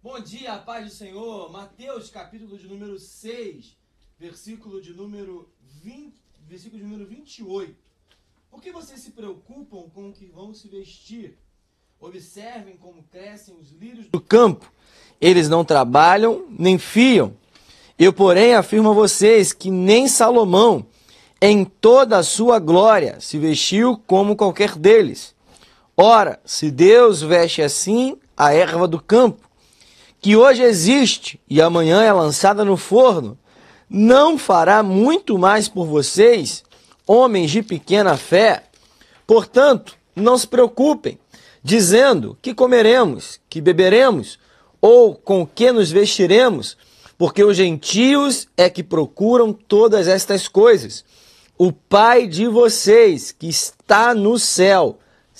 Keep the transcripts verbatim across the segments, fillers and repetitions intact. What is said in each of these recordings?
Bom dia, paz do Senhor. Mateus, capítulo de número seis, versículo de número vinte, versículo de número vinte e oito. Por que vocês se preocupam com o que vão se vestir? Observem como crescem os lírios do campo. Eles não trabalham nem fiam. Eu, porém, afirmo a vocês que nem Salomão, em toda a sua glória, se vestiu como qualquer deles. Ora, se Deus veste assim a erva do campo, que hoje existe e amanhã é lançada no forno, não fará muito mais por vocês, homens de pequena fé? Portanto, não se preocupem, dizendo que comeremos, que beberemos, ou com que nos vestiremos, porque os gentios é que procuram todas estas coisas. O Pai de vocês, que está no céu,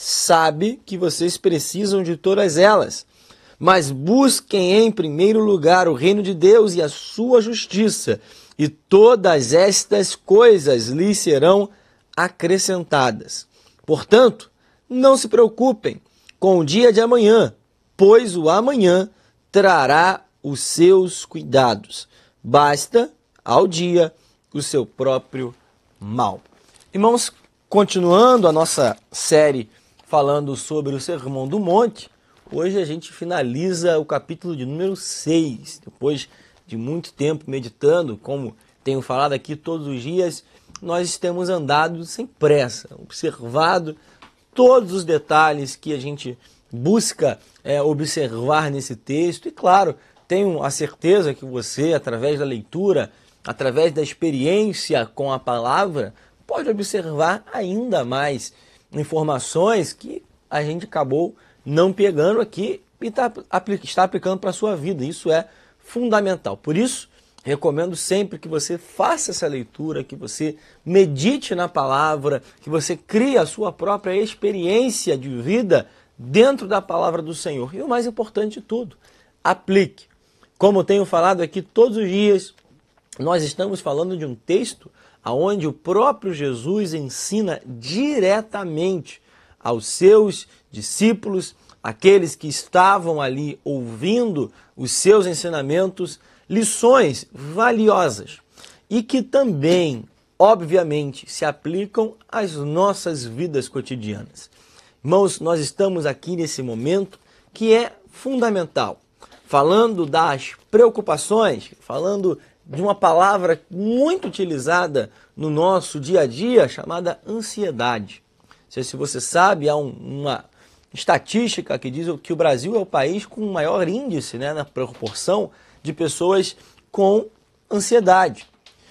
sabe que vocês precisam de todas elas. Mas busquem em primeiro lugar o reino de Deus e a sua justiça, e todas estas coisas lhes serão acrescentadas. Portanto, não se preocupem com o dia de amanhã, pois o amanhã trará os seus cuidados. Basta ao dia o seu próprio mal. Irmãos, continuando a nossa série falando sobre o Sermão do Monte, hoje a gente finaliza o capítulo de número seis, depois de muito tempo meditando, como tenho falado aqui todos os dias, nós temos andado sem pressa, observado todos os detalhes que a gente busca é, observar nesse texto, e claro, tenho a certeza que você, através da leitura, através da experiência com a palavra, pode observar ainda mais informações que a gente acabou não pegando aqui e tá, está aplicando para a sua vida. Isso é fundamental. Por isso, recomendo sempre que você faça essa leitura, que você medite na palavra, que você crie a sua própria experiência de vida dentro da palavra do Senhor. E o mais importante de tudo, aplique. Como tenho falado aqui todos os dias, nós estamos falando de um texto onde o próprio Jesus ensina diretamente aos seus discípulos, aqueles que estavam ali ouvindo os seus ensinamentos, lições valiosas e que também, obviamente, se aplicam às nossas vidas cotidianas. Irmãos, nós estamos aqui nesse momento que é fundamental, falando das preocupações, falando de uma palavra muito utilizada no nosso dia a dia, chamada ansiedade. Não sei se você sabe, há um, uma estatística que diz que o Brasil é o país com o maior índice, né, na proporção de pessoas com ansiedade.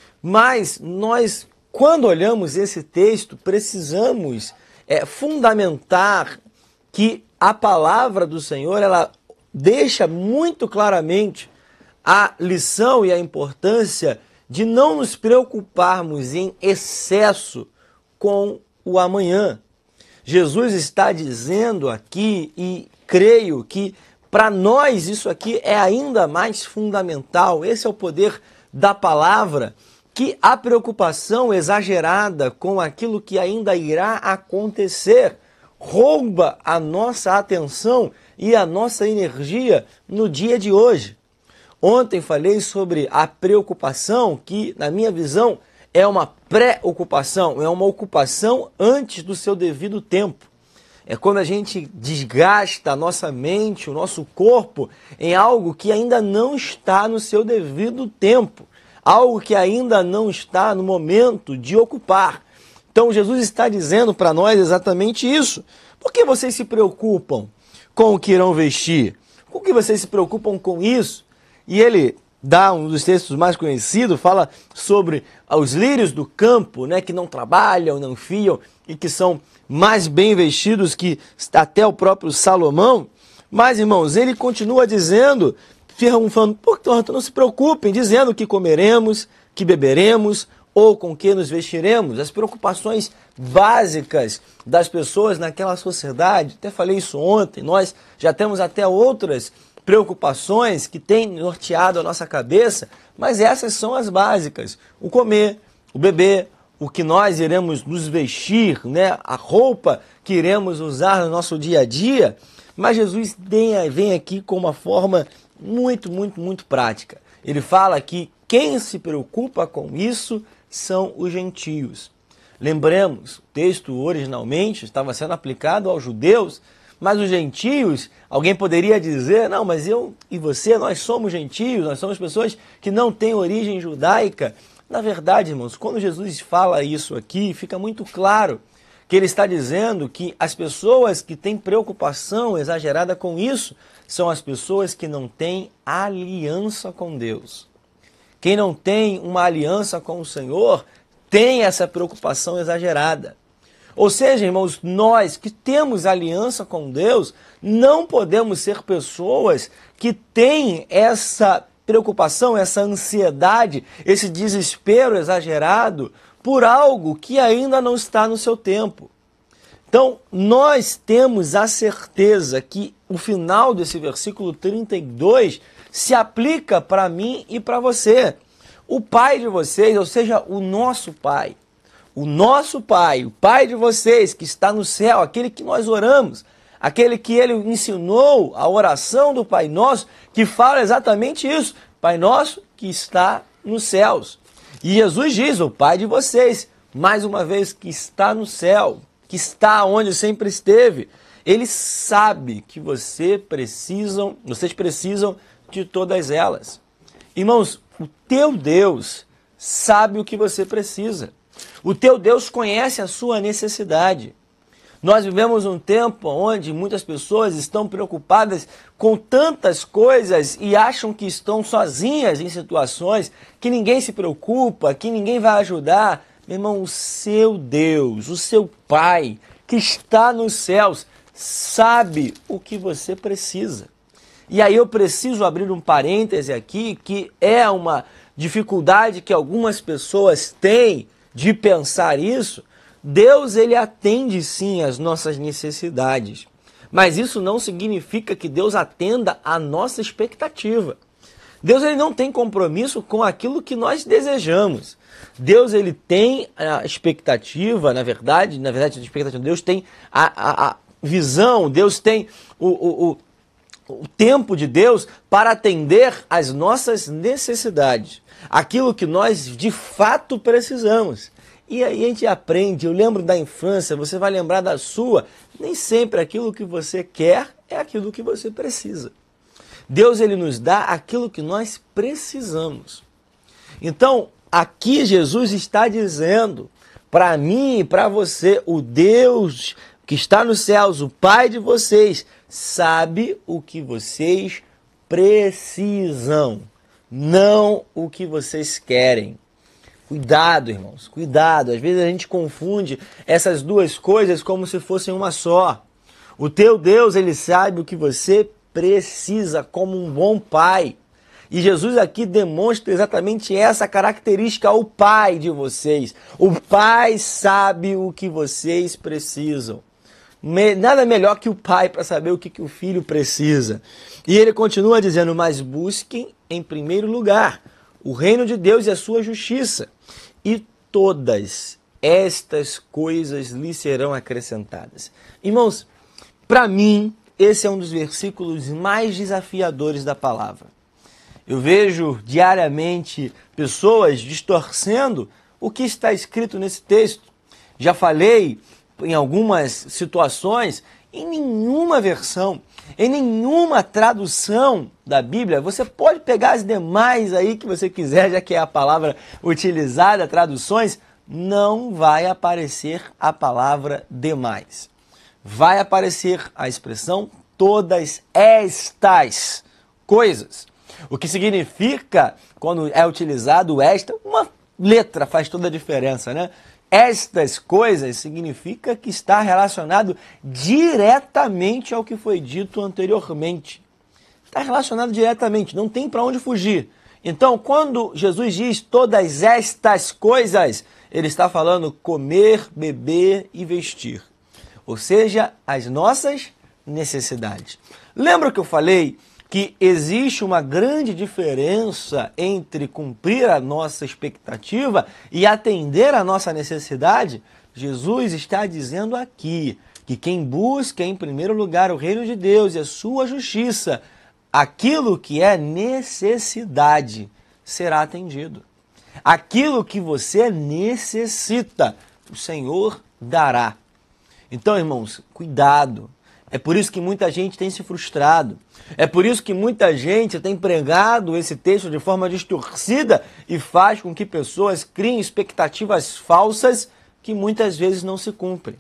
Mas nós, quando olhamos esse texto, precisamos é, fundamentar que a palavra do Senhor, ela deixa muito claramente a lição e a importância de não nos preocuparmos em excesso com o amanhã. Jesus está dizendo aqui, e creio que para nós isso aqui é ainda mais fundamental, esse é o poder da palavra, que a preocupação exagerada com aquilo que ainda irá acontecer rouba a nossa atenção e a nossa energia no dia de hoje. Ontem falei sobre a preocupação, que, na minha visão, é uma pré-ocupação, é uma ocupação antes do seu devido tempo. É quando a gente desgasta a nossa mente, o nosso corpo, em algo que ainda não está no seu devido tempo, algo que ainda não está no momento de ocupar. Então Jesus está dizendo para nós exatamente isso. Por que vocês se preocupam com o que irão vestir? Por que vocês se preocupam com isso? E ele dá um dos textos mais conhecidos, fala sobre os lírios do campo, né, que não trabalham, não fiam e que são mais bem vestidos que até o próprio Salomão. Mas, irmãos, ele continua dizendo, falando, portanto, não se preocupem, dizendo que comeremos, que beberemos ou com que nos vestiremos. As preocupações básicas das pessoas naquela sociedade, até falei isso ontem, nós já temos até outras preocupações que têm norteado a nossa cabeça, mas essas são as básicas. O comer, o beber, o que nós iremos nos vestir, né? A roupa que iremos usar no nosso dia a dia. Mas Jesus vem aqui com uma forma muito, muito, muito prática. Ele fala que quem se preocupa com isso são os gentios. Lembremos, o texto originalmente estava sendo aplicado aos judeus, mas os gentios, alguém poderia dizer, não, mas eu e você, nós somos gentios, nós somos pessoas que não têm origem judaica. Na verdade, irmãos, quando Jesus fala isso aqui, fica muito claro que ele está dizendo que as pessoas que têm preocupação exagerada com isso são as pessoas que não têm aliança com Deus. Quem não tem uma aliança com o Senhor tem essa preocupação exagerada. Ou seja, irmãos, nós que temos aliança com Deus, não podemos ser pessoas que têm essa preocupação, essa ansiedade, esse desespero exagerado por algo que ainda não está no seu tempo. Então, nós temos a certeza que o final desse versículo trinta e dois se aplica para mim e para você. O Pai de vocês, ou seja, o nosso Pai, o nosso Pai, o Pai de vocês que está no céu, aquele que nós oramos, aquele que ele ensinou a oração do Pai Nosso, que fala exatamente isso, Pai Nosso que está nos céus. E Jesus diz, o Pai de vocês, mais uma vez, que está no céu, que está onde sempre esteve, ele sabe que você precisam, vocês precisam de todas elas. Irmãos, o teu Deus sabe o que você precisa. O teu Deus conhece a sua necessidade. Nós vivemos um tempo onde muitas pessoas estão preocupadas com tantas coisas e acham que estão sozinhas em situações que ninguém se preocupa, que ninguém vai ajudar. Meu irmão, o seu Deus, o seu Pai, que está nos céus, sabe o que você precisa. E aí eu preciso abrir um parêntese aqui, que é uma dificuldade que algumas pessoas têm de pensar isso. Deus, ele atende sim às nossas necessidades, mas isso não significa que Deus atenda à nossa expectativa. Deus, ele não tem compromisso com aquilo que nós desejamos. Deus, ele tem a expectativa, na verdade, na verdade, a expectativa, Deus tem a, a, a visão, Deus tem o, o, o, o tempo de Deus para atender às nossas necessidades, aquilo que nós de fato precisamos. E aí a gente aprende, eu lembro da infância, você vai lembrar da sua, nem sempre aquilo que você quer é aquilo que você precisa. Deus, ele nos dá aquilo que nós precisamos. Então, aqui Jesus está dizendo para mim e para você, o Deus que está nos céus, o Pai de vocês, sabe o que vocês precisam, não o que vocês querem. Cuidado, irmãos, cuidado. Às vezes a gente confunde essas duas coisas como se fossem uma só. O teu Deus, ele sabe o que você precisa como um bom pai. E Jesus aqui demonstra exatamente essa característica ao Pai de vocês. O Pai sabe o que vocês precisam. Nada melhor que o pai para saber o que, que o filho precisa. E ele continua dizendo, mas busquem em primeiro lugar o reino de Deus e a sua justiça, e todas estas coisas lhe serão acrescentadas. Irmãos, para mim, esse é um dos versículos mais desafiadores da palavra. Eu vejo diariamente pessoas distorcendo o que está escrito nesse texto. Já falei em algumas situações, em nenhuma versão, em nenhuma tradução da Bíblia, você pode pegar as demais aí que você quiser, já que é a palavra utilizada, traduções, não vai aparecer a palavra demais. Vai aparecer a expressão todas estas coisas. O que significa, quando é utilizado esta, uma letra faz toda a diferença, né? Estas coisas significa que está relacionado diretamente ao que foi dito anteriormente. Está relacionado diretamente, não tem para onde fugir. Então, quando Jesus diz todas estas coisas, ele está falando comer, beber e vestir. Ou seja, as nossas necessidades. Lembra que eu falei que existe uma grande diferença entre cumprir a nossa expectativa e atender a nossa necessidade? Jesus está dizendo aqui que quem busca em primeiro lugar o reino de Deus e a sua justiça, aquilo que é necessidade será atendido. Aquilo que você necessita, o Senhor dará. Então, irmãos, cuidado. É por isso que muita gente tem se frustrado. É por isso que muita gente tem pregado esse texto de forma distorcida e faz com que pessoas criem expectativas falsas que muitas vezes não se cumprem.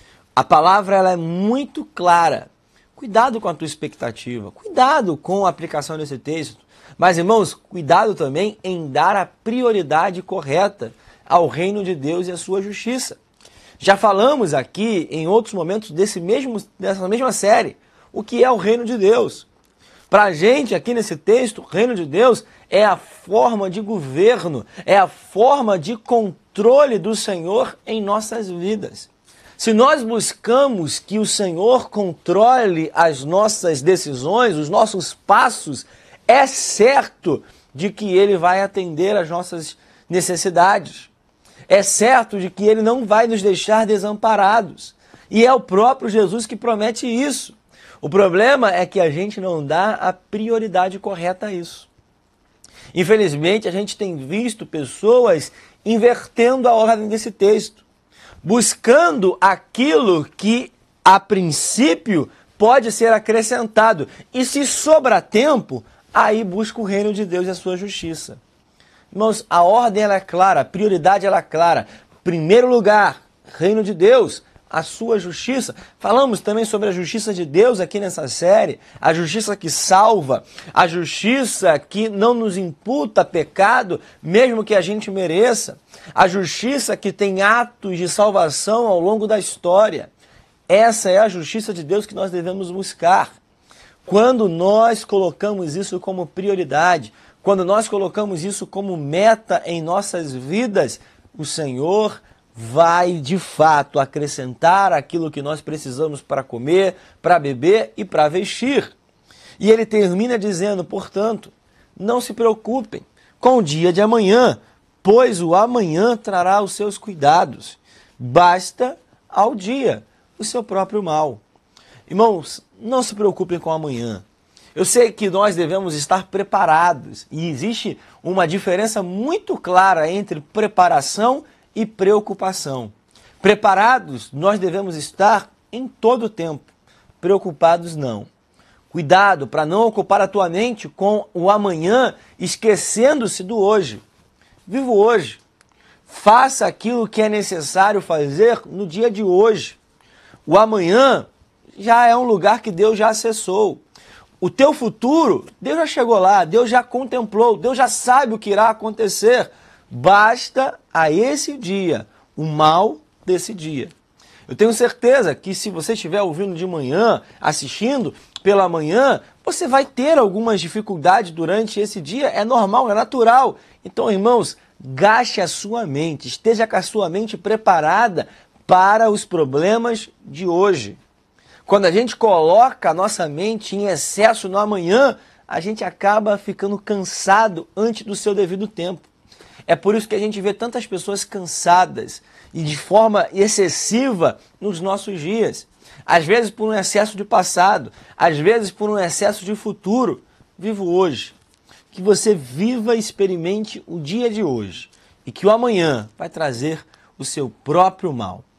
A palavra ela é muito clara. Cuidado com a tua expectativa. Cuidado com a aplicação desse texto. Mas, irmãos, cuidado também em dar a prioridade correta ao reino de Deus e à sua justiça. Já falamos aqui em outros momentos desse mesmo, dessa mesma série, o que é o reino de Deus. Para a gente, aqui nesse texto, o reino de Deus é a forma de governo, é a forma de controle do Senhor em nossas vidas. Se nós buscamos que o Senhor controle as nossas decisões, os nossos passos, é certo de que Ele vai atender às nossas necessidades. É certo de que Ele não vai nos deixar desamparados. E é o próprio Jesus que promete isso. O problema é que a gente não dá a prioridade correta a isso. Infelizmente, a gente tem visto pessoas invertendo a ordem desse texto, buscando aquilo que, a princípio, pode ser acrescentado. E se sobra tempo, aí busca o reino de Deus e a sua justiça. Irmãos, a ordem ela é clara, a prioridade ela é clara. Primeiro lugar, reino de Deus, a sua justiça. Falamos também sobre a justiça de Deus aqui nessa série, a justiça que salva, a justiça que não nos imputa pecado, mesmo que a gente mereça, a justiça que tem atos de salvação ao longo da história. Essa é a justiça de Deus que nós devemos buscar. Quando nós colocamos isso como prioridade, quando nós colocamos isso como meta em nossas vidas, o Senhor vai, de fato, acrescentar aquilo que nós precisamos para comer, para beber e para vestir. E ele termina dizendo, portanto, não se preocupem com o dia de amanhã, pois o amanhã trará os seus cuidados. Basta ao dia o seu próprio mal. Irmãos, não se preocupem com o amanhã. Eu sei que nós devemos estar preparados e existe uma diferença muito clara entre preparação e preocupação. Preparados, nós devemos estar em todo o tempo. Preocupados, não. Cuidado para não ocupar a tua mente com o amanhã, esquecendo-se do hoje. Viva o hoje. Faça aquilo que é necessário fazer no dia de hoje. O amanhã já é um lugar que Deus já acessou. O teu futuro, Deus já chegou lá, Deus já contemplou, Deus já sabe o que irá acontecer. Basta a esse dia, o mal desse dia. Eu tenho certeza que se você estiver ouvindo de manhã, assistindo pela manhã, você vai ter algumas dificuldades durante esse dia, é normal, é natural. Então, irmãos, gaste a sua mente, esteja com a sua mente preparada para os problemas de hoje. Quando a gente coloca a nossa mente em excesso no amanhã, a gente acaba ficando cansado antes do seu devido tempo. É por isso que a gente vê tantas pessoas cansadas e de forma excessiva nos nossos dias. Às vezes por um excesso de passado, às vezes por um excesso de futuro. Viva hoje. Que você viva e experimente o dia de hoje. E que o amanhã vai trazer o seu próprio mal.